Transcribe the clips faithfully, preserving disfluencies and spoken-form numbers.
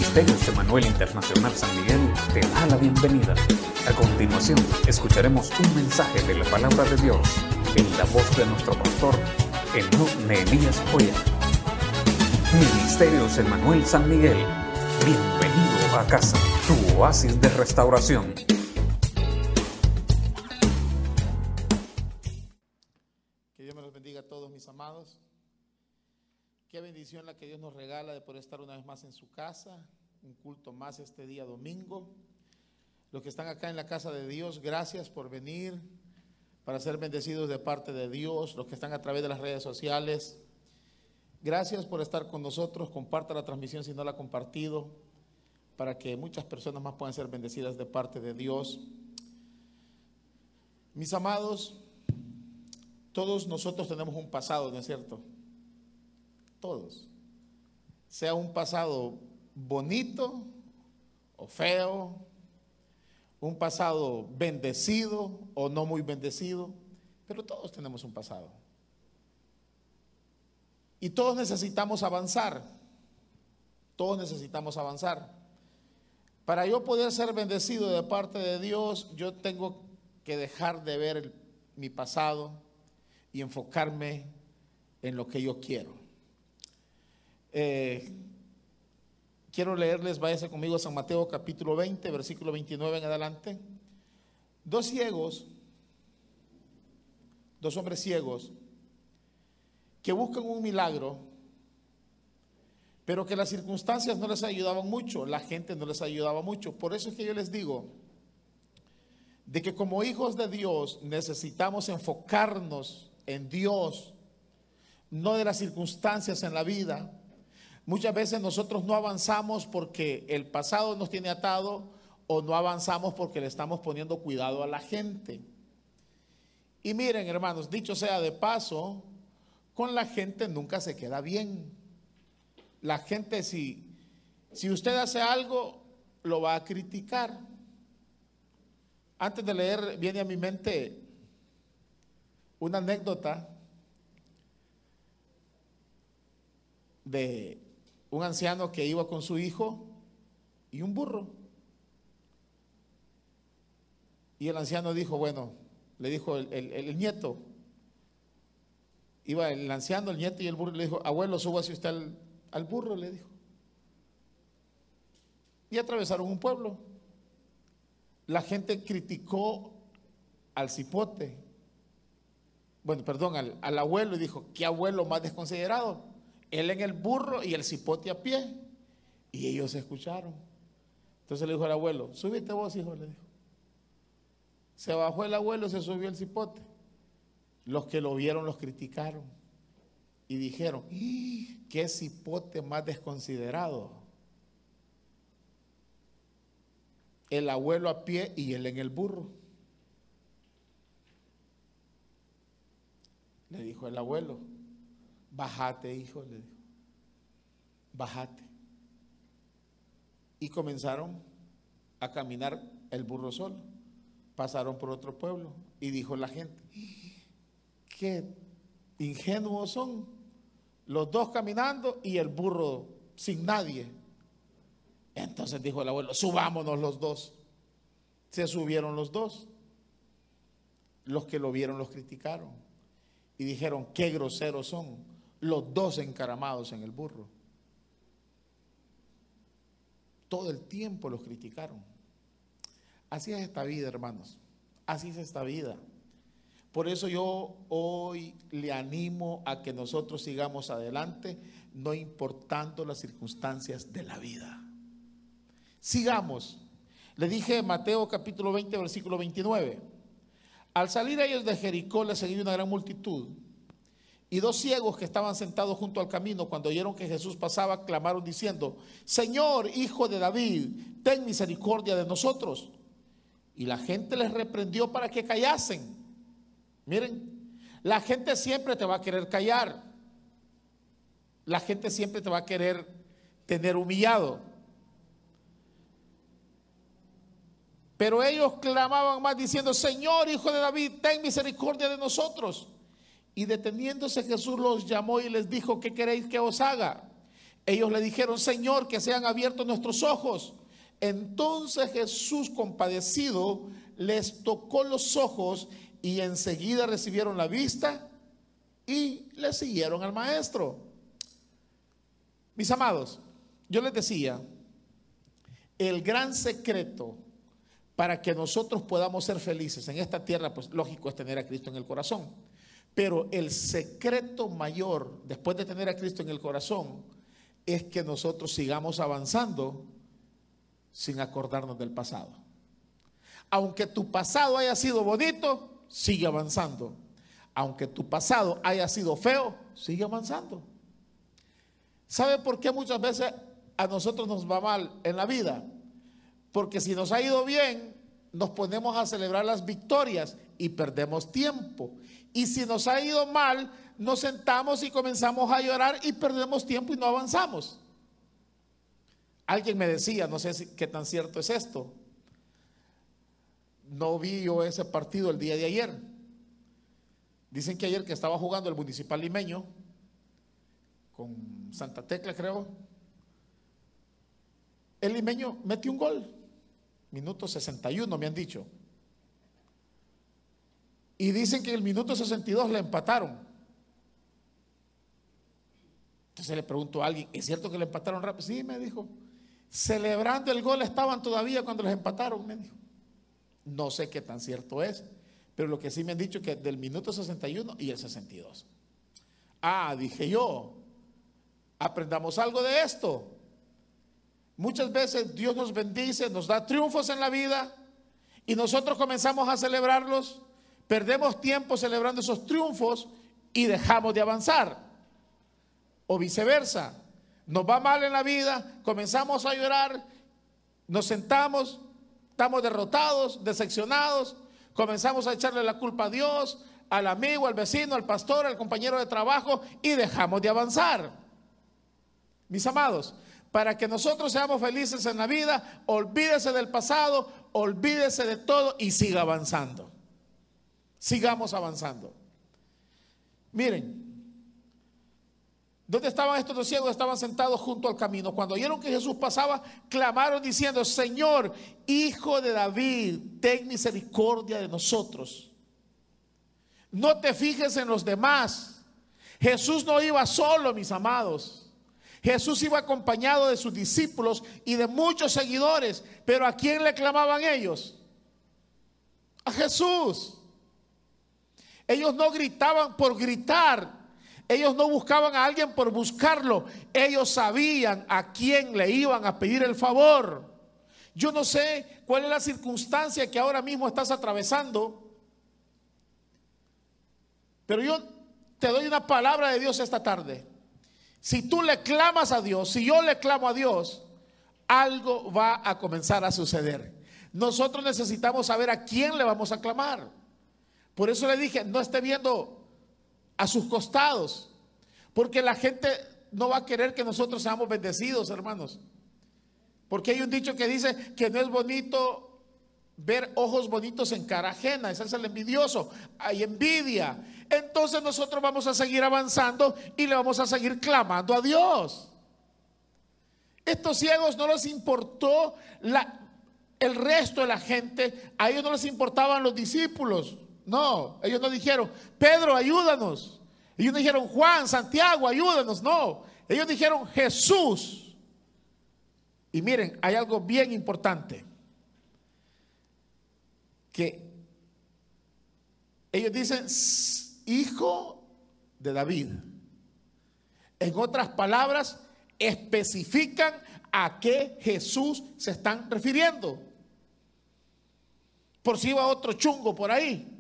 Ministerios Emmanuel Internacional San Miguel te da la bienvenida. A continuación, escucharemos un mensaje de la Palabra de Dios en la voz de nuestro pastor, Enoc Nehemías Joya. Ministerios Emmanuel San Miguel, bienvenido a casa, tu oasis de restauración. Que Dios me los bendiga a todos, mis amados. Qué bendición la que Dios nos regala de poder estar una vez más en su casa, un culto más este día domingo. Los que están acá en la casa de Dios, gracias por venir para ser bendecidos de parte de Dios. Los que están a través de las redes sociales, gracias por estar con nosotros. Comparta la transmisión si no la ha compartido, para que muchas personas más puedan ser bendecidas de parte de Dios. Mis amados, todos nosotros tenemos un pasado, ¿no es cierto? Todos. Sea un pasado bonito o feo, un pasado bendecido o no muy bendecido, pero todos tenemos un pasado. Y todos necesitamos avanzar. Todos necesitamos avanzar. Para yo poder ser bendecido de parte de Dios, yo tengo que dejar de ver el, mi pasado y enfocarme en lo que yo quiero. Eh, quiero leerles, váyase conmigo a San Mateo capítulo veinte, versículo veintinueve en adelante. Dos ciegos, dos hombres ciegos que buscan un milagro, pero que las circunstancias no les ayudaban mucho, la gente no les ayudaba mucho. Por eso es que yo les digo de que como hijos de Dios necesitamos enfocarnos en Dios, no de las circunstancias en la vida. Muchas veces nosotros no avanzamos porque el pasado nos tiene atado, o no avanzamos porque le estamos poniendo cuidado a la gente. Y miren, hermanos, dicho sea de paso, con la gente nunca se queda bien. La gente, si, si usted hace algo, lo va a criticar. Antes de leer, viene a mi mente una anécdota de un anciano que iba con su hijo y un burro. Y el anciano dijo, bueno, le dijo el, el, el nieto, iba el anciano, el nieto y el burro, le dijo, abuelo, súbase usted al, al burro, le dijo. Y atravesaron un pueblo. La gente criticó al cipote, bueno, perdón, al, al abuelo, y dijo, ¿qué abuelo más desconsiderado? Él en el burro y el cipote a pie. Y ellos escucharon. Entonces le dijo al abuelo, súbete vos, hijo, le dijo. Se bajó el abuelo, se subió el cipote. Los que lo vieron los criticaron y dijeron, qué cipote más desconsiderado. El abuelo a pie y él en el burro. Le dijo el abuelo, bájate, hijo, le dijo, bájate. Y comenzaron a caminar el burro solo. Pasaron por otro pueblo y dijo la gente, qué ingenuos son, los dos caminando y el burro sin nadie. Entonces dijo el abuelo, subámonos los dos. Se subieron los dos. Los que lo vieron los criticaron y dijeron, qué groseros son, los dos encaramados en el burro. Todo el tiempo los criticaron. Así es esta vida, hermanos. Así es esta vida. Por eso yo hoy le animo a que nosotros sigamos adelante, no importando las circunstancias de la vida. Sigamos. Le dije en Mateo capítulo veinte, versículo veintinueve. Al salir ellos de Jericó, les seguía una gran multitud. Y dos ciegos que estaban sentados junto al camino, cuando oyeron que Jesús pasaba, clamaron diciendo, Señor, Hijo de David, ten misericordia de nosotros. Y la gente les reprendió para que callasen. Miren, la gente siempre te va a querer callar. La gente siempre te va a querer tener humillado. Pero ellos clamaban más diciendo, Señor, Hijo de David, ten misericordia de nosotros. Y deteniéndose Jesús los llamó y les dijo, ¿qué queréis que os haga? Ellos le dijeron: Señor, que sean abiertos nuestros ojos. Entonces Jesús, compadecido, les tocó los ojos y enseguida recibieron la vista y le siguieron al maestro. Mis amados, yo les decía, el gran secreto para que nosotros podamos ser felices en esta tierra, pues lógico es tener a Cristo en el corazón. Pero el secreto mayor, después de tener a Cristo en el corazón, es que nosotros sigamos avanzando sin acordarnos del pasado. Aunque tu pasado haya sido bonito, sigue avanzando. Aunque tu pasado haya sido feo, sigue avanzando. ¿Sabe por qué muchas veces a nosotros nos va mal en la vida? Porque si nos ha ido bien, nos ponemos a celebrar las victorias y perdemos tiempo. Y si nos ha ido mal, nos sentamos y comenzamos a llorar y perdemos tiempo y no avanzamos. Alguien me decía, no sé si, qué tan cierto es esto. No vi yo ese partido el día de ayer. Dicen que ayer que estaba jugando el Municipal Limeño con Santa Tecla, creo, el Limeño metió un gol, minuto sesenta y uno me han dicho. Y dicen que en el minuto sesenta y dos le empataron. Entonces le pregunto a alguien, ¿es cierto que le empataron rápido? Sí, me dijo. Celebrando el gol estaban todavía cuando les empataron, me dijo. No sé qué tan cierto es, pero lo que sí me han dicho es que del minuto sesenta y uno y el sesenta y dos. Ah, dije yo, aprendamos algo de esto. Muchas veces Dios nos bendice, nos da triunfos en la vida y nosotros comenzamos a celebrarlos, perdemos tiempo celebrando esos triunfos y dejamos de avanzar. O viceversa, nos va mal en la vida, comenzamos a llorar, nos sentamos, estamos derrotados, decepcionados, comenzamos a echarle la culpa a Dios, al amigo, al vecino, al pastor, al compañero de trabajo y dejamos de avanzar. Mis amados, para que nosotros seamos felices en la vida, olvídese del pasado, olvídese de todo y siga avanzando. Sigamos avanzando. Miren, ¿dónde estaban estos dos ciegos? Estaban sentados junto al camino. Cuando oyeron que Jesús pasaba, clamaron diciendo: Señor, Hijo de David, ten misericordia de nosotros. No te fijes en los demás. Jesús no iba solo, mis amados. Jesús iba acompañado de sus discípulos y de muchos seguidores. Pero ¿a quién le clamaban ellos? A Jesús. Ellos no gritaban por gritar. Ellos no buscaban a alguien por buscarlo. Ellos sabían a quién le iban a pedir el favor. Yo no sé cuál es la circunstancia que ahora mismo estás atravesando, pero yo te doy una palabra de Dios esta tarde. Si tú le clamas a Dios, si yo le clamo a Dios, algo va a comenzar a suceder. Nosotros necesitamos saber a quién le vamos a clamar. Por eso le dije, no esté viendo a sus costados, porque la gente no va a querer que nosotros seamos bendecidos, hermanos. Porque hay un dicho que dice que no es bonito ver ojos bonitos en cara ajena, ese es el envidioso, hay envidia. Entonces nosotros vamos a seguir avanzando y le vamos a seguir clamando a Dios. Estos ciegos no les importó la, el resto de la gente, a ellos no les importaban los discípulos. No, ellos no dijeron: Pedro, ayúdanos. Ellos no dijeron: Juan, Santiago, ayúdanos. No, ellos dijeron: Jesús. Y miren, hay algo bien importante, que ellos dicen: Hijo de David. En otras palabras, especifican a qué Jesús se están refiriendo. Por si iba otro chungo por ahí.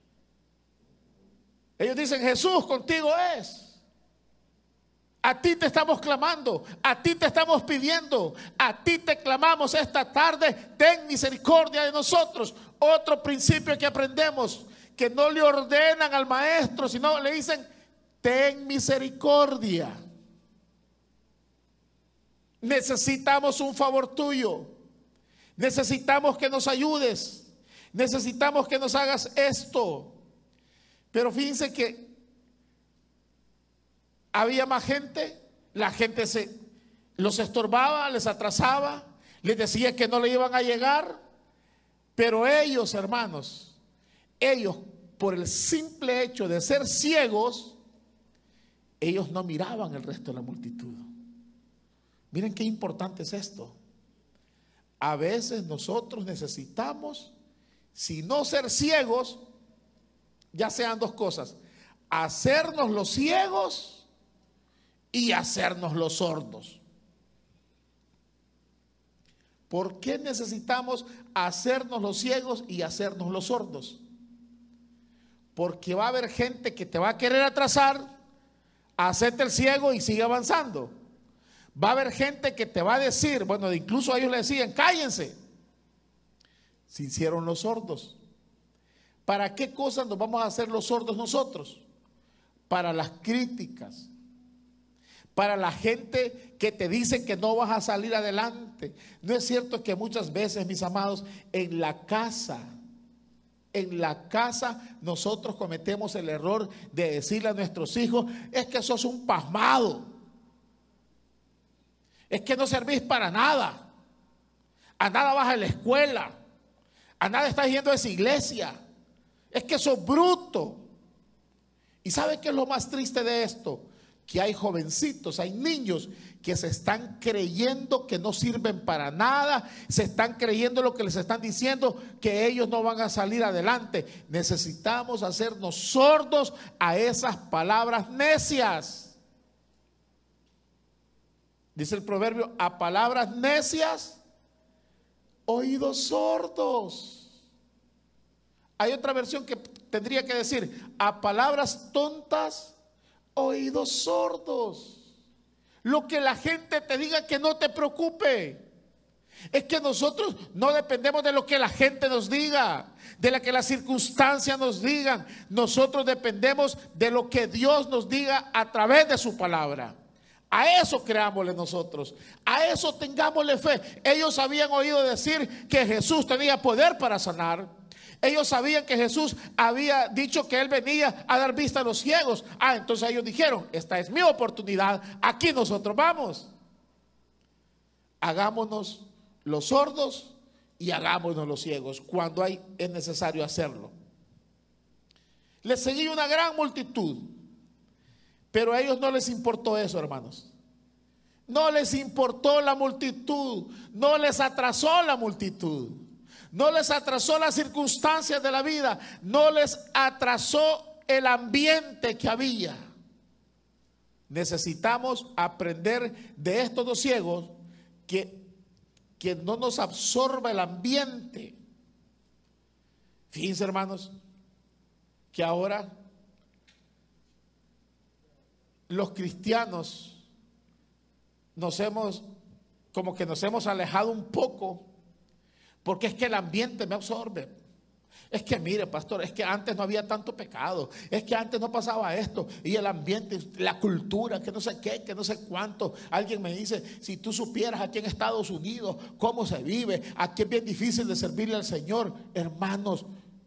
Ellos dicen: Jesús, contigo es. A ti te estamos clamando, a ti te estamos pidiendo, a ti te clamamos esta tarde, ten misericordia de nosotros. Otro principio que aprendemos, que no le ordenan al maestro, sino le dicen: ten misericordia. Necesitamos un favor tuyo, necesitamos que nos ayudes, necesitamos que nos hagas esto. Pero fíjense que había más gente, la gente se, los estorbaba, les atrasaba, les decía que no le iban a llegar, pero ellos, hermanos, ellos por el simple hecho de ser ciegos, ellos no miraban el resto de la multitud. Miren qué importante es esto. A veces nosotros necesitamos, si no ser ciegos, ya sean dos cosas: hacernos los ciegos y hacernos los sordos. ¿Por qué necesitamos hacernos los ciegos y hacernos los sordos? Porque va a haber gente que te va a querer atrasar, hacerte el ciego y sigue avanzando. Va a haber gente que te va a decir, bueno, incluso a ellos le decían, cállense. Se hicieron los sordos. ¿Para qué cosas nos vamos a hacer los sordos nosotros? Para las críticas, para la gente que te dice que no vas a salir adelante. ¿No es cierto que muchas veces, mis amados, en la casa, en la casa nosotros cometemos el error de decirle a nuestros hijos, es que sos un pasmado, es que no servís para nada, a nada vas a la escuela, a nada estás yendo a esa iglesia, es que sos bruto? ¿Y sabe qué es lo más triste de esto? Que hay jovencitos, hay niños que se están creyendo que no sirven para nada, se están creyendo lo que les están diciendo, que ellos no van a salir adelante. Necesitamos hacernos sordos a esas palabras necias. Dice el proverbio, a palabras necias, oídos sordos. Hay otra versión que tendría que decir, a palabras tontas, oídos sordos. Lo que la gente te diga, que no te preocupe. Es que nosotros no dependemos de lo que la gente nos diga, de lo que las circunstancias nos digan. Nosotros dependemos de lo que Dios nos diga a través de su palabra. A eso creámosle nosotros, a eso tengámosle fe. Ellos habían oído decir que Jesús tenía poder para sanar. Ellos sabían que Jesús había dicho que Él venía a dar vista a los ciegos. Ah, entonces ellos dijeron, esta es mi oportunidad, aquí nosotros vamos. Hagámonos los sordos y hagámonos los ciegos cuando hay, es necesario hacerlo. Les seguía una gran multitud, pero a ellos no les importó eso, hermanos. No les importó la multitud, no les atrasó la multitud. No les atrasó las circunstancias de la vida, no les atrasó el ambiente que había. Necesitamos aprender de estos dos ciegos que, que no nos absorba el ambiente. Fíjense, hermanos, que ahora los cristianos nos hemos, como que nos hemos alejado un poco. Porque es que el ambiente me absorbe. Es que mire, pastor, es que antes no había tanto pecado. Es que antes no pasaba esto. Y el ambiente, la cultura, que no sé qué, que no sé cuánto. Alguien me dice, si tú supieras aquí en Estados Unidos cómo se vive, aquí es bien difícil de servirle al Señor. Hermanos,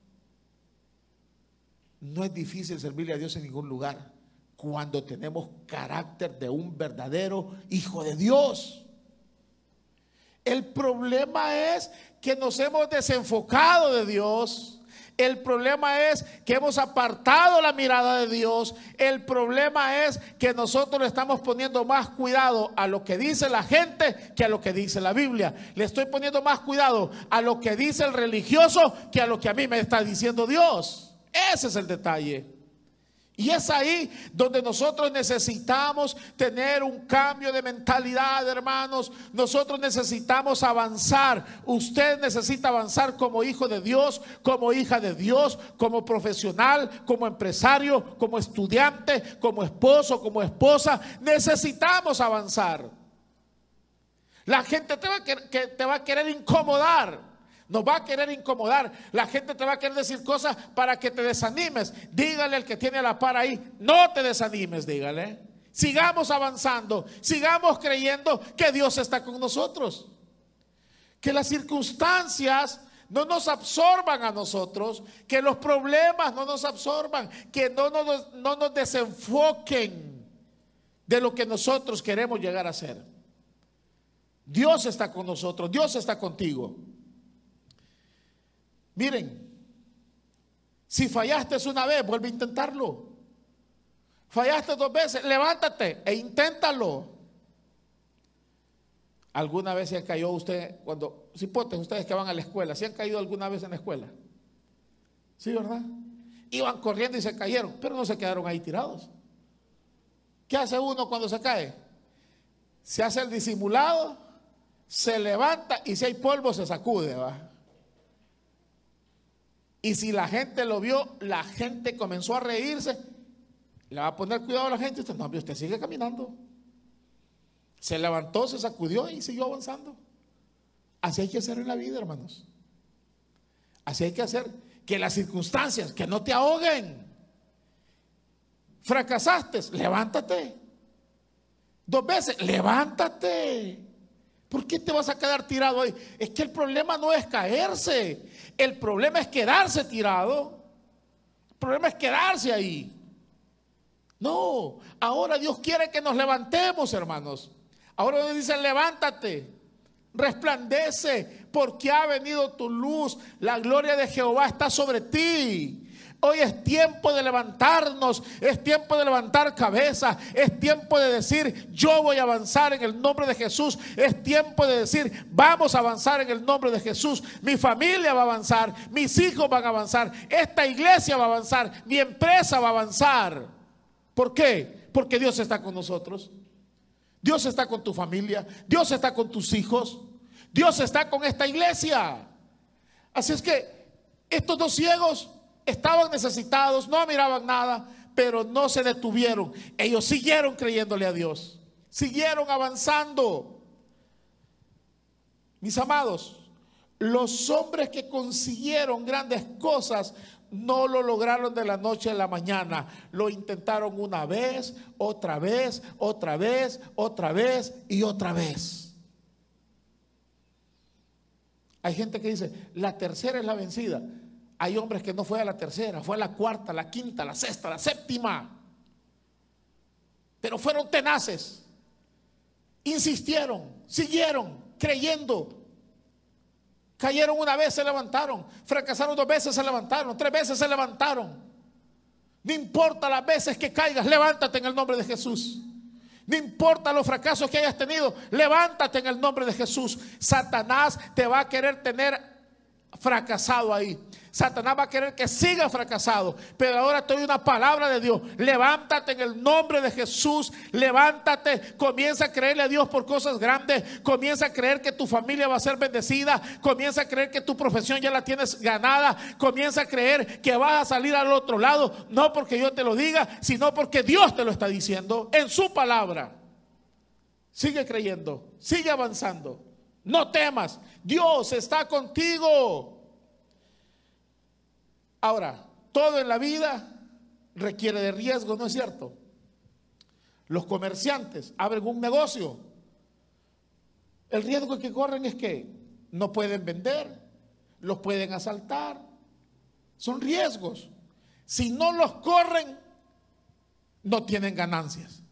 no es difícil servirle a Dios en ningún lugar cuando tenemos carácter de un verdadero hijo de Dios. El problema es que nos hemos desenfocado de Dios. El problema es que hemos apartado la mirada de Dios. El problema es que nosotros le estamos poniendo más cuidado a lo que dice la gente que a lo que dice la Biblia. Le estoy poniendo más cuidado a lo que dice el religioso que a lo que a mí me está diciendo Dios. Ese es el detalle. Y es ahí donde nosotros necesitamos tener un cambio de mentalidad, hermanos. Nosotros necesitamos avanzar. Usted necesita avanzar como hijo de Dios, como hija de Dios, como profesional, como empresario, como estudiante, como esposo, como esposa. Necesitamos avanzar. La gente te va a querer, que te va a querer incomodar. Nos va a querer incomodar. La gente te va a querer decir cosas para que te desanimes. Dígale al que tiene a la par ahí, no te desanimes, dígale. Sigamos avanzando, sigamos creyendo que Dios está con nosotros. Que las circunstancias no nos absorban a nosotros, que los problemas no nos absorban, que no nos, no nos desenfoquen de lo que nosotros queremos llegar a ser. Dios está con nosotros, Dios está contigo. Miren, si fallaste una vez, vuelve a intentarlo. Fallaste dos veces, levántate e inténtalo. ¿Alguna vez se cayó usted cuando, cipotes, ustedes que van a la escuela, ¿se han caído alguna vez en la escuela? Sí, ¿verdad? Iban corriendo y se cayeron, pero no se quedaron ahí tirados. ¿Qué hace uno cuando se cae? Se hace el disimulado, se levanta y si hay polvo se sacude, ¿va? Y si la gente lo vio, la gente comenzó a reírse, le va a poner cuidado a la gente. Usted no, usted sigue caminando. Se levantó, se sacudió y siguió avanzando. Así hay que hacer en la vida, hermanos. Así hay que hacer. Que las circunstancias, que no te ahoguen. Fracasaste, levántate. Dos veces, levántate. ¿Por qué te vas a quedar tirado ahí? Es que el problema no es caerse. El problema es quedarse tirado. El problema es quedarse ahí. No, ahora Dios quiere que nos levantemos, hermanos. Ahora Dios dice, levántate, resplandece, porque ha venido tu luz. La gloria de Jehová está sobre ti. Hoy es tiempo de levantarnos, es tiempo de levantar cabeza, es tiempo de decir, yo voy a avanzar en el nombre de Jesús. Es tiempo de decir, vamos a avanzar en el nombre de Jesús. Mi familia va a avanzar, mis hijos van a avanzar, esta iglesia va a avanzar, mi empresa va a avanzar. ¿Por qué? Porque Dios está con nosotros. Dios está con tu familia, Dios está con tus hijos, Dios está con esta iglesia. Así es que estos dos ciegos estaban necesitados, no miraban nada, pero no se detuvieron. Ellos siguieron creyéndole a Dios, siguieron avanzando. Mis amados, los hombres que consiguieron grandes cosas no lo lograron de la noche a la mañana. Lo intentaron una vez, otra vez, otra vez, otra vez y otra vez. Hay gente que dice, la tercera es la vencida. Hay hombres que no fue a la tercera, fue a la cuarta, la quinta, la sexta, la séptima. Pero fueron tenaces. Insistieron, siguieron creyendo. Cayeron una vez, se levantaron. Fracasaron dos veces, se levantaron. Tres veces se levantaron. No importa las veces que caigas, levántate en el nombre de Jesús. No importa los fracasos que hayas tenido, levántate en el nombre de Jesús. Satanás te va a querer tener fracasado ahí. Satanás va a querer que siga fracasado. Pero ahora te doy una palabra de Dios. Levántate en el nombre de Jesús. Levántate. Comienza a creerle a Dios por cosas grandes. Comienza a creer que tu familia va a ser bendecida. Comienza a creer que tu profesión ya la tienes ganada. Comienza a creer que vas a salir al otro lado. No porque yo te lo diga, sino porque Dios te lo está diciendo en su palabra. Sigue creyendo. Sigue avanzando. No temas. Dios está contigo. Ahora, todo en la vida requiere de riesgo, ¿no es cierto? Los comerciantes abren un negocio. El riesgo que corren es que no pueden vender, los pueden asaltar. Son riesgos. Si no los corren, no tienen ganancias.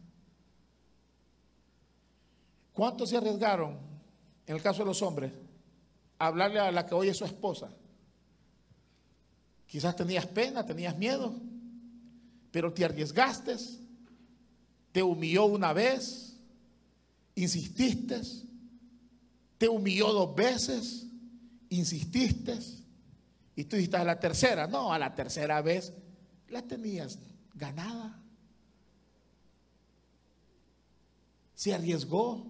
¿Cuántos se arriesgaron, en el caso de los hombres, a hablarle a la que hoy es su esposa? Quizás tenías pena, tenías miedo, pero te arriesgaste, te humilló una vez, insististe, te humilló dos veces, insististe, y tú dijiste a la tercera, no, a la tercera vez la tenías ganada. Se arriesgó,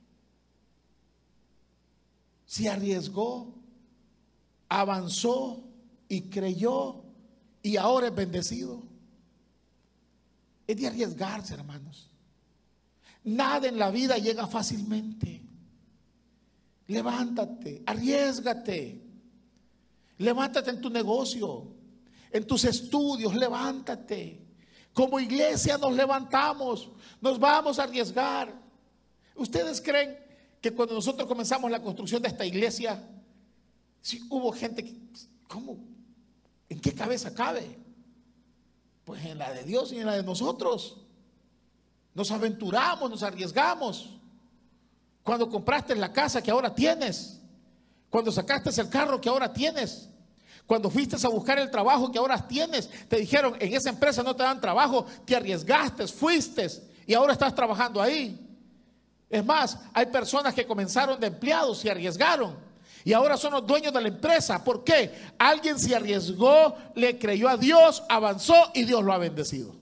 se arriesgó, avanzó y creyó y ahora es bendecido. Es de arriesgarse, hermanos. Nada en la vida llega fácilmente. Levántate, arriésgate. Levántate en tu negocio, en tus estudios, levántate. Como iglesia nos levantamos, nos vamos a arriesgar. ¿Ustedes creen que cuando nosotros comenzamos la construcción de esta iglesia, si hubo gente que, ¿cómo? ¿En qué cabeza cabe? Pues en la de Dios y en la de nosotros. Nos aventuramos, nos arriesgamos. cuando compraste la casa que ahora tienes, cuando sacaste el carro que ahora tienes, cuando fuiste a buscar el trabajo que ahora tienes. Te dijeron, en esa empresa no te dan trabajo, te arriesgaste, fuiste y ahora estás trabajando ahí. Es más, hay personas que comenzaron de empleados, se arriesgaron y ahora son los dueños de la empresa. ¿Por qué? Alguien se arriesgó, le creyó a Dios, avanzó y Dios lo ha bendecido.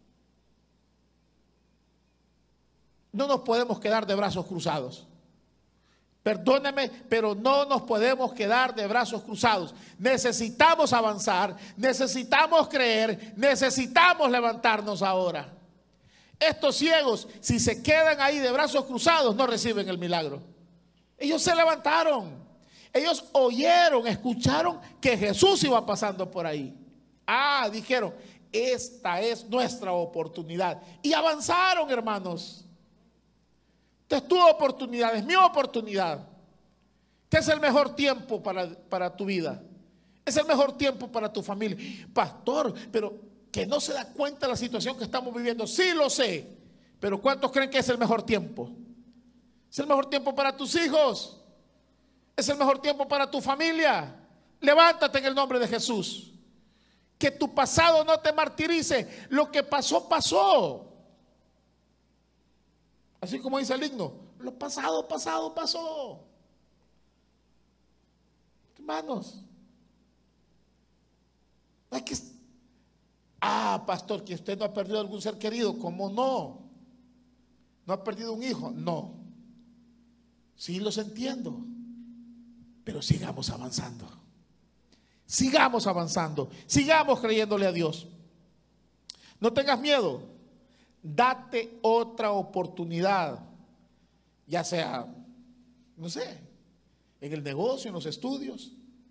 No nos podemos quedar de brazos cruzados. Perdóneme, pero no nos podemos quedar de brazos cruzados. Necesitamos avanzar, necesitamos creer, necesitamos levantarnos ahora. Estos ciegos, si se quedan ahí de brazos cruzados, no reciben el milagro. Ellos se levantaron, ellos oyeron, escucharon que Jesús iba pasando por ahí. Ah, dijeron, esta es nuestra oportunidad. Y avanzaron, hermanos. Esta es tu oportunidad, es mi oportunidad. Este es el mejor tiempo para, para tu vida. Es el mejor tiempo para tu familia. Pastor, pero que no se da cuenta de la situación que estamos viviendo. Sí lo sé, pero ¿cuántos creen que es el mejor tiempo? Es el mejor tiempo para tus hijos. Es el mejor tiempo para tu familia. Levántate en el nombre de Jesús. Que tu pasado no te martirice. Lo que pasó, pasó. Así como dice el himno, lo pasado, pasado, pasó. Hermanos, hay que... Ah, pastor, que usted no ha perdido algún ser querido. ¿Cómo no? ¿No ha perdido un hijo? No. Sí, los entiendo. Pero sigamos avanzando. Sigamos avanzando. Sigamos creyéndole a Dios. No tengas miedo. Date otra oportunidad. Ya sea, no sé, en el negocio, en los estudios.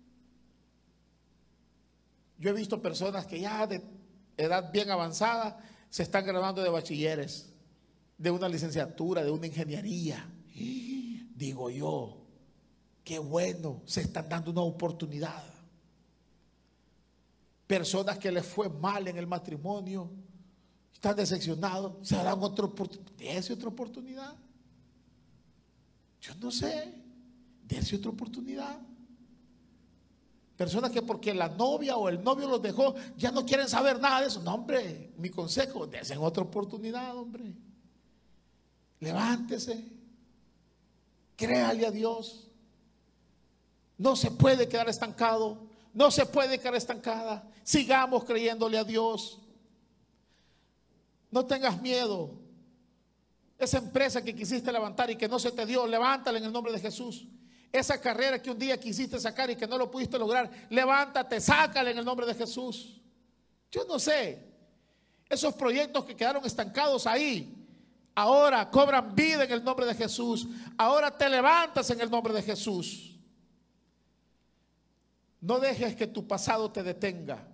Yo he visto personas que ya de edad bien avanzada se están graduando de bachilleres, de una licenciatura, de una ingeniería. Y digo yo, qué bueno, se están dando una oportunidad. Personas que les fue mal en el matrimonio, están decepcionados, se dan otra oportunidad. Dese otra oportunidad. Yo no sé, dese otra oportunidad. Personas que porque la novia o el novio los dejó, ya no quieren saber nada de eso. No, hombre, mi consejo, desen otra oportunidad, hombre. Levántese. Créale a Dios. No se puede quedar estancado. No se puede quedar estancada. Sigamos creyéndole a Dios. No tengas miedo. Esa empresa que quisiste levantar y que no se te dio, levántala en el nombre de Jesús. Esa carrera que un día quisiste sacar y que no lo pudiste lograr, levántate, sácala en el nombre de Jesús. Yo no sé, esos proyectos que quedaron estancados ahí, ahora cobran vida en el nombre de Jesús. Ahora te levantas en el nombre de Jesús. No dejes que tu pasado te detenga.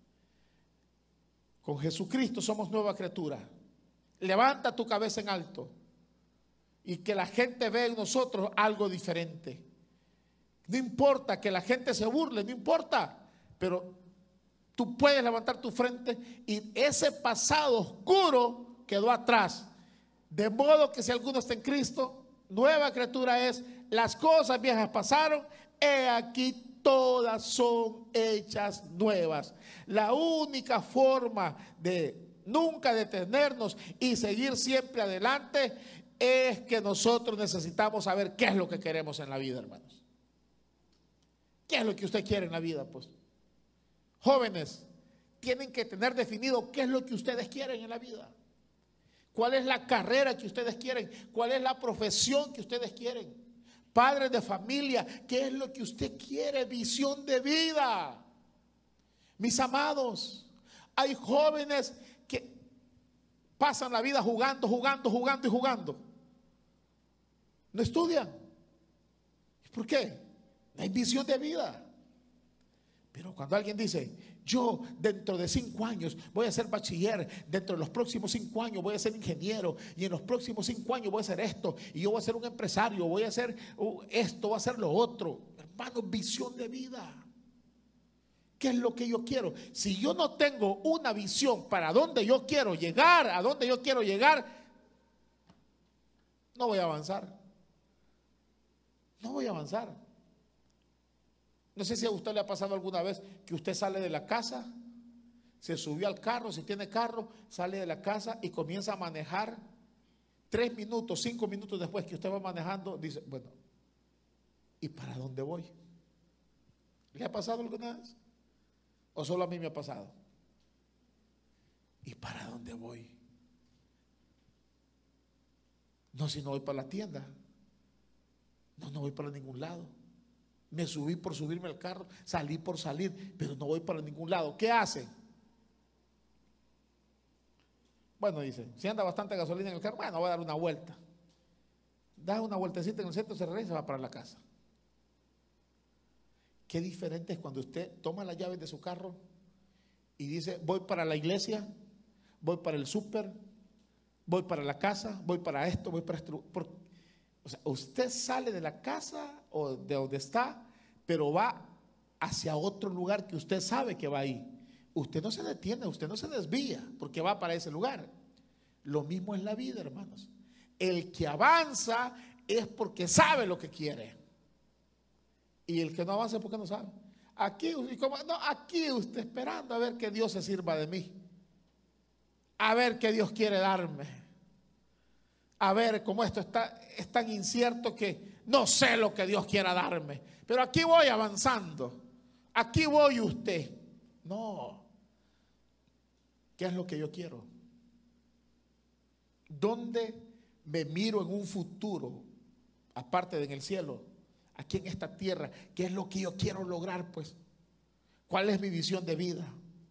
Con Jesucristo somos nueva criatura. Levanta tu cabeza en alto y que la gente vea en nosotros algo diferente. No importa que la gente se burle, no importa, pero tú puedes levantar tu frente y ese pasado oscuro quedó atrás. De modo que si alguno está en Cristo, nueva criatura es. Las cosas viejas pasaron, he aquí todas son hechas nuevas. La única forma de nunca detenernos y seguir siempre adelante es que nosotros necesitamos saber qué es lo que queremos en la vida, hermanos. ¿Qué es lo que usted quiere en la vida? Pues jóvenes, tienen que tener definido qué es lo que ustedes quieren en la vida. ¿Cuál es la carrera que ustedes quieren? ¿Cuál es la profesión que ustedes quieren? Padres de familia, ¿qué es lo que usted quiere? Visión de vida. Mis amados, hay jóvenes que pasan la vida jugando, jugando, jugando y jugando. No estudian. ¿Por qué? No hay visión de vida. Pero cuando alguien dice, yo dentro de cinco años voy a ser bachiller, dentro de los próximos cinco años voy a ser ingeniero, y en los próximos cinco años voy a hacer esto, y yo voy a ser un empresario, voy a hacer esto, voy a hacer lo otro. Hermano, visión de vida. ¿Qué es lo que yo quiero? Si yo no tengo una visión para dónde yo quiero llegar, a dónde yo quiero llegar, no voy a avanzar. no voy a avanzar. No sé si a usted le ha pasado alguna vez que usted sale de la casa, se subió al carro, si tiene carro, sale de la casa y comienza a manejar. Tres minutos, cinco minutos después que usted va manejando, dice, bueno, ¿y para dónde voy? ¿Le ha pasado alguna vez? ¿O solo a mí me ha pasado? ¿Y para dónde voy? No, si no voy para la tienda. No, no voy para ningún lado. Me subí por subirme al carro, salí por salir, pero no voy para ningún lado. ¿Qué hace? Bueno, dice, si anda bastante gasolina en el carro, bueno, voy a dar una vuelta. Da una vueltecita en el centro, se regresa y va para la casa. Qué diferente es cuando usted toma las llaves de su carro y dice, voy para la iglesia, voy para el súper, voy para la casa, voy para esto, voy para esto. Por, o sea, usted sale de la casa o de donde está, pero va hacia otro lugar que usted sabe que va ahí. Usted no se detiene, usted no se desvía porque va para ese lugar. Lo mismo es la vida, hermanos. El que avanza es porque sabe lo que quiere. Y el que no avanza es porque no sabe. Aquí, y como, no, aquí usted esperando a ver que Dios se sirva de mí. A ver qué Dios quiere darme. A ver cómo esto está, es tan incierto que no sé lo que Dios quiera darme. Pero aquí voy avanzando. Aquí voy usted. No. ¿Qué es lo que yo quiero? ¿Dónde me miro en un futuro? Aparte de en el cielo, aquí en esta tierra, ¿qué es lo que yo quiero lograr? Pues, ¿cuál es mi visión de vida?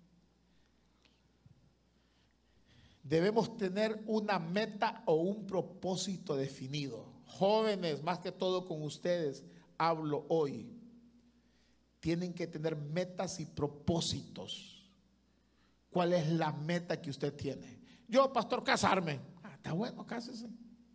Debemos tener una meta o un propósito definido. Jóvenes, más que todo con ustedes, hablo hoy. Tienen que tener metas y propósitos. ¿Cuál es la meta que usted tiene? Yo, pastor, casarme. Ah, está bueno, cásese.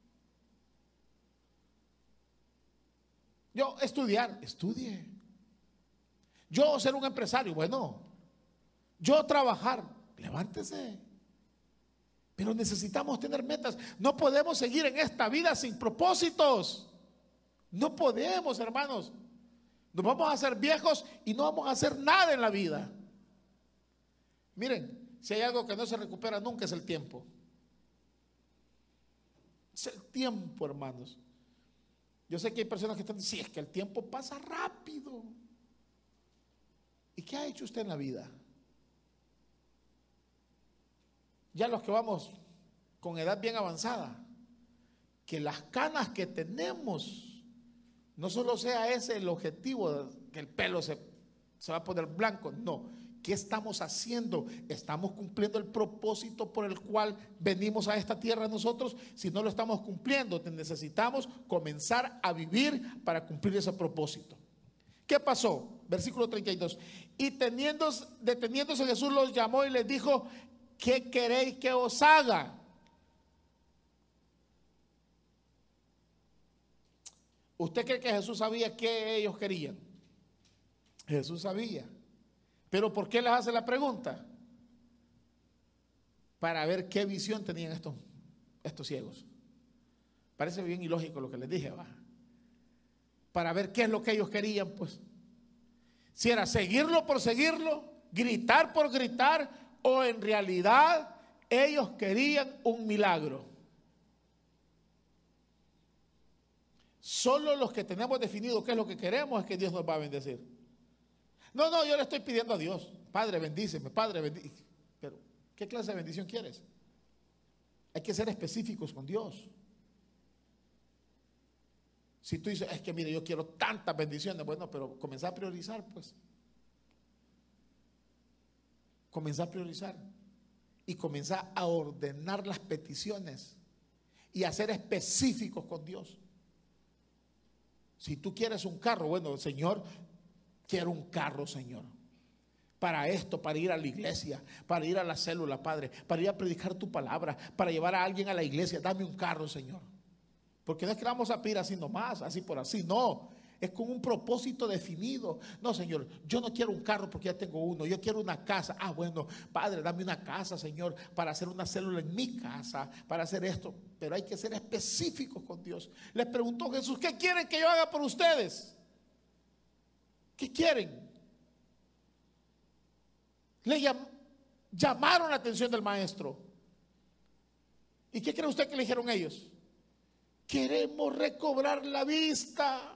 Yo, estudiar, estudie. Yo, ser un empresario, bueno. Yo, trabajar, levántese. Pero necesitamos tener metas. No podemos seguir en esta vida sin propósitos. No podemos, hermanos. Nos vamos a hacer viejos y no vamos a hacer nada en la vida. Miren, si hay algo que no se recupera nunca es el tiempo. Es el tiempo, hermanos. Yo sé que hay personas que están diciendo, sí, es que el tiempo pasa rápido. ¿Y qué ha hecho usted en la vida? Ya los que vamos con edad bien avanzada, que las canas que tenemos, no solo sea ese el objetivo, que el pelo se, se va a poner blanco, no. ¿Qué estamos haciendo? ¿Estamos cumpliendo el propósito por el cual venimos a esta tierra nosotros? Si no lo estamos cumpliendo, necesitamos comenzar a vivir para cumplir ese propósito. ¿Qué pasó? Versículo treinta y dos. Y teniendo, deteniéndose Jesús los llamó y les dijo, ¿qué queréis que os haga? ¿Usted cree que Jesús sabía qué ellos querían? Jesús sabía. ¿Pero por qué les hace la pregunta? Para ver qué visión tenían estos, estos ciegos. Parece bien ilógico lo que les dije, va. Para ver qué es lo que ellos querían, pues. Si era seguirlo por seguirlo, gritar por gritar, o en realidad ellos querían un milagro. Solo los que tenemos definido qué es lo que queremos es que Dios nos va a bendecir. No, no, yo le estoy pidiendo a Dios, Padre, bendíceme, Padre, bendíceme. Pero, ¿qué clase de bendición quieres? Hay que ser específicos con Dios. Si tú dices, es que mire, yo quiero tantas bendiciones, bueno, pero comenzá a priorizar, pues. Comenzá a priorizar. Y comenzá a ordenar las peticiones y a ser específicos con Dios. Si tú quieres un carro, bueno, Señor, quiero un carro, Señor. Para esto, para ir a la iglesia, para ir a la célula, Padre, para ir a predicar tu palabra, para llevar a alguien a la iglesia. Dame un carro, Señor. Porque no es que vamos a pedir así nomás, así por así, no. es con un propósito definido. No, Señor, yo no quiero un carro porque ya tengo uno, yo quiero una casa. Ah, bueno, Padre, dame una casa, Señor, para hacer una célula en mi casa, para hacer esto. Pero hay que ser específicos con Dios. Les preguntó Jesús, ¿qué quieren que yo haga por ustedes? ¿Qué quieren? Le llam, llamaron la atención del maestro. ¿Y qué cree usted que le dijeron ellos? Queremos recobrar la vista.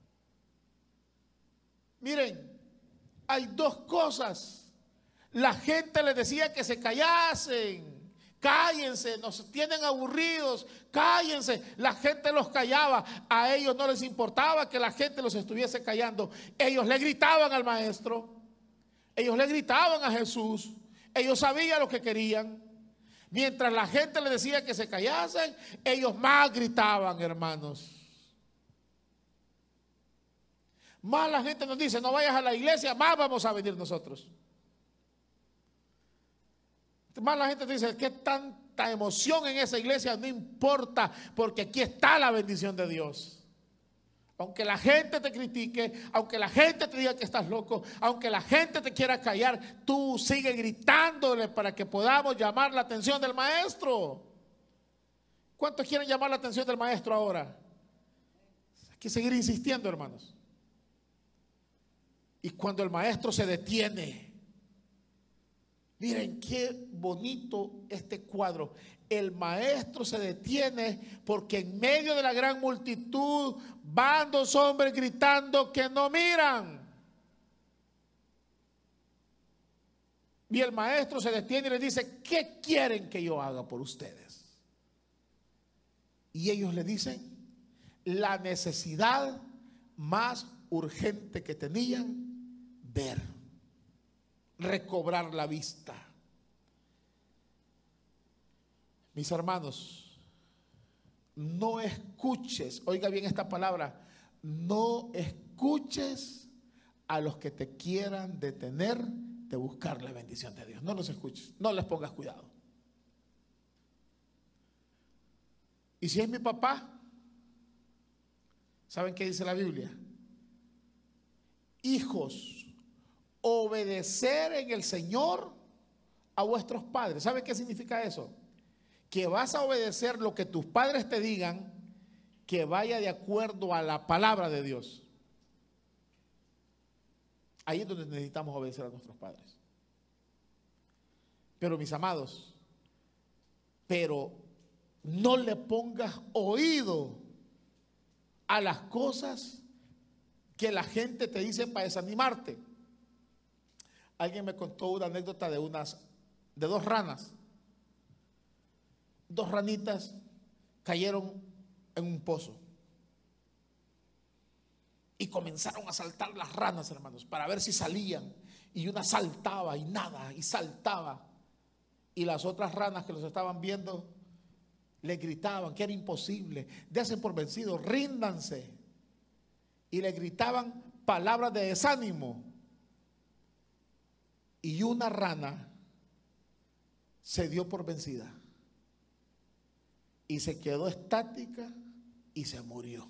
Miren, hay dos cosas. La gente les decía que se callasen. Cállense, nos tienen aburridos, cállense. La gente los callaba. A ellos no les importaba que la gente los estuviese callando. Ellos le gritaban al maestro. Ellos le gritaban a Jesús. Ellos sabían lo que querían. Mientras la gente le decía que se callasen, ellos más gritaban, hermanos. Más la gente nos dice, no vayas a la iglesia, más vamos a venir nosotros. Más la gente dice, que tanta emoción en esa iglesia, no importa, porque aquí está la bendición de Dios. Aunque la gente te critique, aunque la gente te diga que estás loco, aunque la gente te quiera callar, tú sigue gritándole para que podamos llamar la atención del maestro. ¿Cuántos quieren llamar la atención del maestro ahora? Hay que seguir insistiendo, hermanos. Y cuando el maestro se detiene, miren qué bonito este cuadro. El maestro se detiene porque en medio de la gran multitud van dos hombres gritando que no miran. Y el maestro se detiene y les dice, ¿qué quieren que yo haga por ustedes? Y ellos le dicen, la necesidad más urgente que tenían, ver, recobrar la vista. Mis hermanos, no escuches, oiga bien esta palabra, no escuches a los que te quieran detener de buscar la bendición de Dios. No los escuches, no les pongas cuidado. Y si es mi papá, ¿saben qué dice la Biblia? Hijos, obedecer en el Señor a vuestros padres. ¿Saben qué significa eso? Que vas a obedecer lo que tus padres te digan, que vaya de acuerdo a la palabra de Dios. Ahí es donde necesitamos obedecer a nuestros padres. Pero mis amados, pero no le pongas oído a las cosas que la gente te dice para desanimarte. Alguien me contó una anécdota de unas, de dos ranas. Dos ranitas cayeron en un pozo y comenzaron a saltar las ranas, hermanos, para ver si salían. Y una saltaba y nada, y saltaba. Y las otras ranas que los estaban viendo le gritaban que era imposible, dense por vencidos, ríndanse. Y le gritaban palabras de desánimo. Y una rana se dio por vencida y se quedó estática y se murió.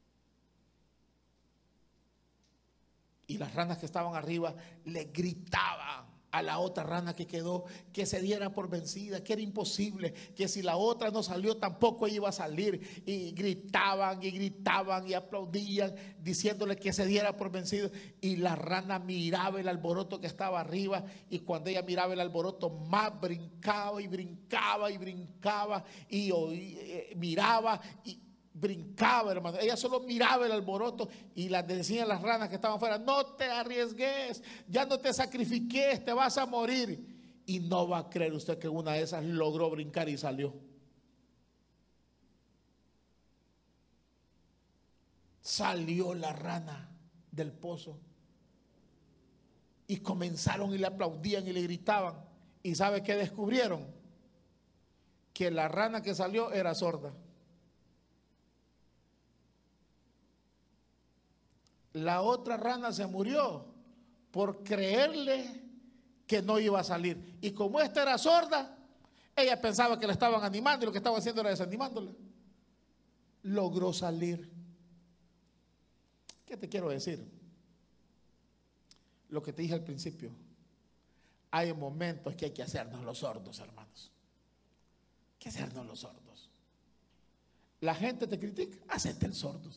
Y las ranas que estaban arriba le gritaban a la otra rana que quedó que se diera por vencida, que era imposible, que si la otra no salió tampoco ella iba a salir. Y gritaban y gritaban y aplaudían diciéndole que se diera por vencido. Y la rana miraba el alboroto que estaba arriba, y cuando ella miraba el alboroto más brincaba y brincaba y brincaba y oí, eh, miraba y brincaba, hermano. Ella solo miraba el alboroto y las decían las ranas que estaban afuera: no te arriesgues, ya no te sacrifiques, te vas a morir. Y no va a creer usted que una de esas logró brincar y salió. Salió la rana del pozo y comenzaron y le aplaudían y le gritaban. ¿Y sabe qué descubrieron? Que la rana que salió era sorda. La otra rana se murió por creerle que no iba a salir. Y como esta era sorda, ella pensaba que la estaban animando y lo que estaba haciendo era desanimándola. Logró salir. ¿Qué te quiero decir? Lo que te dije al principio. Hay momentos que hay que hacernos los sordos, hermanos. Hay que hacernos los sordos. La gente te critica, hacete el sordo.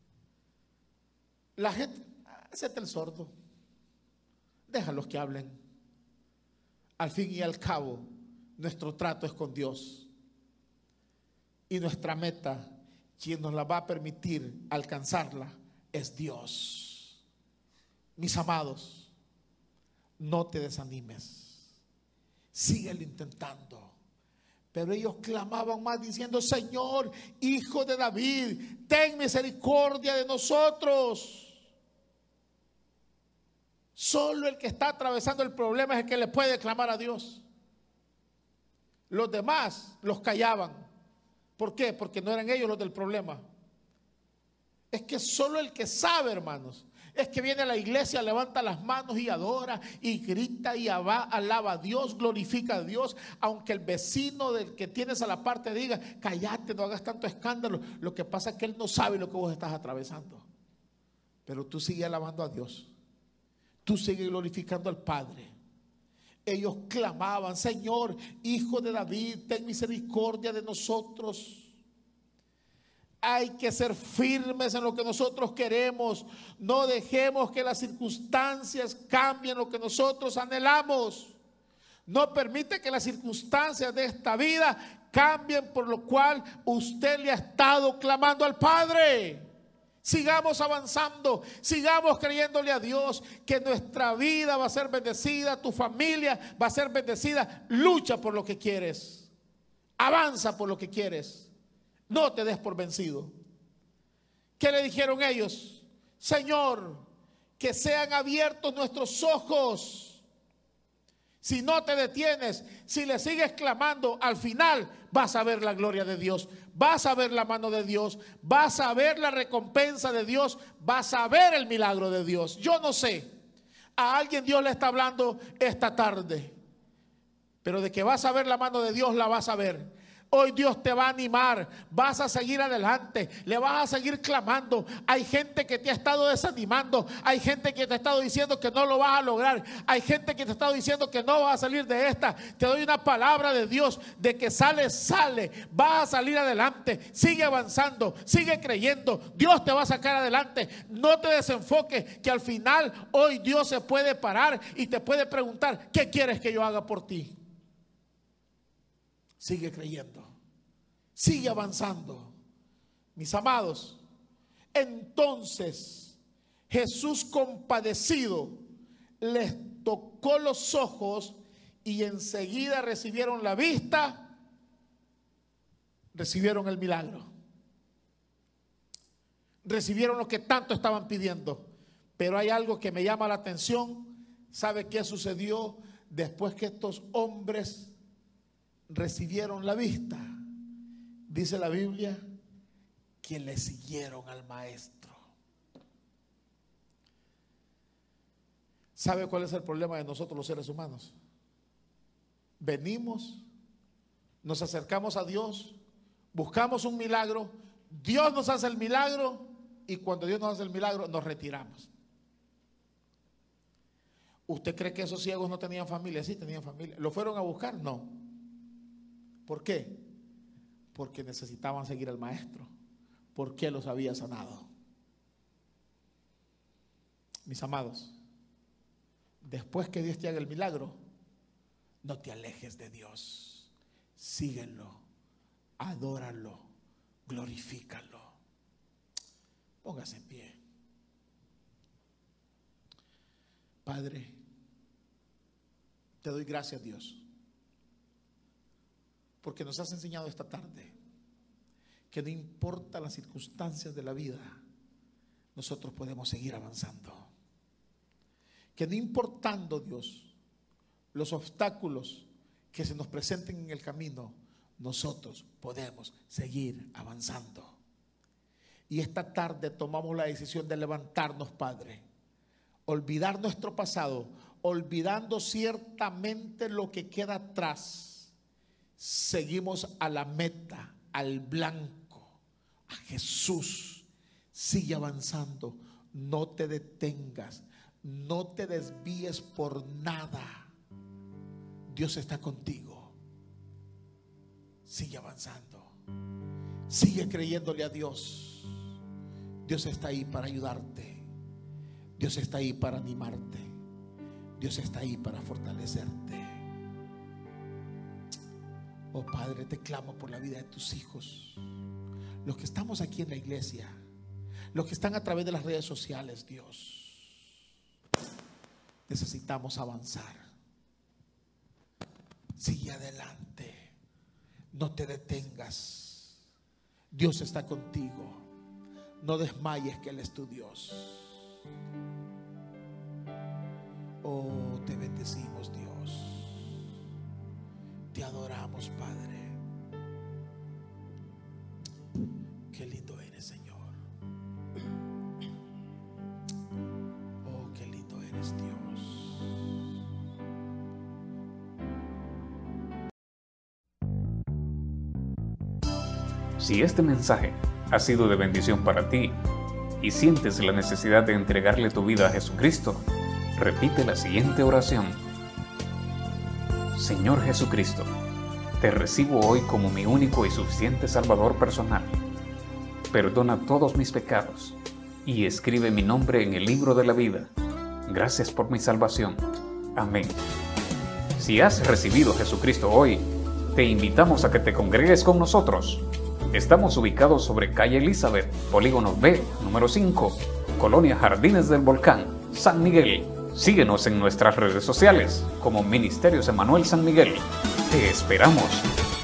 La gente, hacete el sordo. Déjalos que hablen. Al fin y al cabo, nuestro trato es con Dios. Y nuestra meta, quien nos la va a permitir alcanzarla, es Dios. Mis amados, no te desanimes. Síguelo intentando. Pero ellos clamaban más diciendo: Señor, Hijo de David, ten misericordia de nosotros. Solo el que está atravesando el problema es el que le puede clamar a Dios. Los demás los callaban. ¿Por qué? Porque no eran ellos los del problema. Es que solo el que sabe, hermanos, es que viene a la iglesia, levanta las manos y adora y grita y alaba a Dios, glorifica a Dios, aunque el vecino del que tienes a la parte diga: cállate, no hagas tanto escándalo. Lo que pasa es que él no sabe lo que vos estás atravesando. Pero tú sigues alabando a Dios, tú sigues glorificando al Padre. Ellos clamaban: Señor, Hijo de David, ten misericordia de nosotros. Hay que ser firmes en lo que nosotros queremos. No dejemos que las circunstancias cambien lo que nosotros anhelamos. No permite que las circunstancias de esta vida cambien por lo cual usted le ha estado clamando al Padre. Sigamos avanzando, sigamos creyéndole a Dios que nuestra vida va a ser bendecida, tu familia va a ser bendecida. Lucha por lo que quieres, avanza por lo que quieres. No te des por vencido. ¿Qué le dijeron ellos? Señor, que sean abiertos nuestros ojos. Si no te detienes, si le sigues clamando, al final vas a ver la gloria de Dios, vas a ver la mano de Dios, vas a ver la recompensa de Dios, vas a ver el milagro de Dios. Yo no sé, a alguien Dios le está hablando esta tarde, pero de que vas a ver la mano de Dios, la vas a ver. Hoy Dios te va a animar, vas a seguir adelante, le vas a seguir clamando. Hay gente que te ha estado desanimando, hay gente que te ha estado diciendo que no lo vas a lograr, hay gente que te ha estado diciendo que no vas a salir de esta. Te doy una palabra de Dios de que sale, sale, vas a salir adelante. Sigue avanzando, sigue creyendo, Dios te va a sacar adelante. No te desenfoques, que al final hoy Dios se puede parar y te puede preguntar: ¿qué quieres que yo haga por ti? Sigue creyendo, sigue avanzando. Mis amados, entonces Jesús, compadecido, les tocó los ojos y enseguida recibieron la vista, recibieron el milagro, recibieron lo que tanto estaban pidiendo. Pero hay algo que me llama la atención. ¿Sabe qué sucedió después que estos hombres recibieron la vista? Dice la Biblia que le siguieron al maestro. ¿Sabe cuál es el problema de nosotros los seres humanos? Venimos, nos acercamos a Dios, buscamos un milagro, Dios nos hace el milagro, y cuando Dios nos hace el milagro nos retiramos. ¿Usted cree que esos ciegos no tenían familia? Sí, tenían familia. ¿Lo fueron a buscar? No. ¿Por qué? Porque necesitaban seguir al maestro, porque los había sanado. Mis amados, después que Dios te haga el milagro, no te alejes de Dios. Síguelo, adóralo, glorifícalo. Póngase en pie. Padre, te doy gracias, Dios, porque nos has enseñado esta tarde que no importa las circunstancias de la vida, nosotros podemos seguir avanzando. Que no importando, Dios, los obstáculos que se nos presenten en el camino, nosotros podemos seguir avanzando. Y esta tarde tomamos la decisión de levantarnos, Padre, olvidar nuestro pasado, olvidando ciertamente lo que queda atrás. Seguimos a la meta, al blanco, a Jesús. Sigue avanzando, No te detengas, no te desvíes por nada. Dios está contigo. Sigue avanzando, sigue creyéndole a Dios. Dios está ahí para ayudarte. Dios está ahí para animarte. Dios está ahí para fortalecerte. Oh Padre, te clamo por la vida de tus hijos, los que estamos aquí en la iglesia, los que están a través de las redes sociales. Dios, necesitamos avanzar. Sigue adelante, no te detengas. Dios está contigo. No desmayes, que Él es tu Dios. Oh, te bendecimos, Dios. Te adoramos, Padre. Qué lindo eres, Señor. Oh, qué lindo eres, Dios. Si este mensaje ha sido de bendición para ti y sientes la necesidad de entregarle tu vida a Jesucristo, repite la siguiente oración. Señor Jesucristo, te recibo hoy como mi único y suficiente Salvador personal. Perdona todos mis pecados y escribe mi nombre en el libro de la vida. Gracias por mi salvación. Amén. Si has recibido a Jesucristo hoy, te invitamos a que te congregues con nosotros. Estamos ubicados sobre calle Elizabeth, Polígono B, número cinco, Colonia Jardines del Volcán, San Miguel. Síguenos en nuestras redes sociales como Ministerios Emanuel San Miguel. Te esperamos.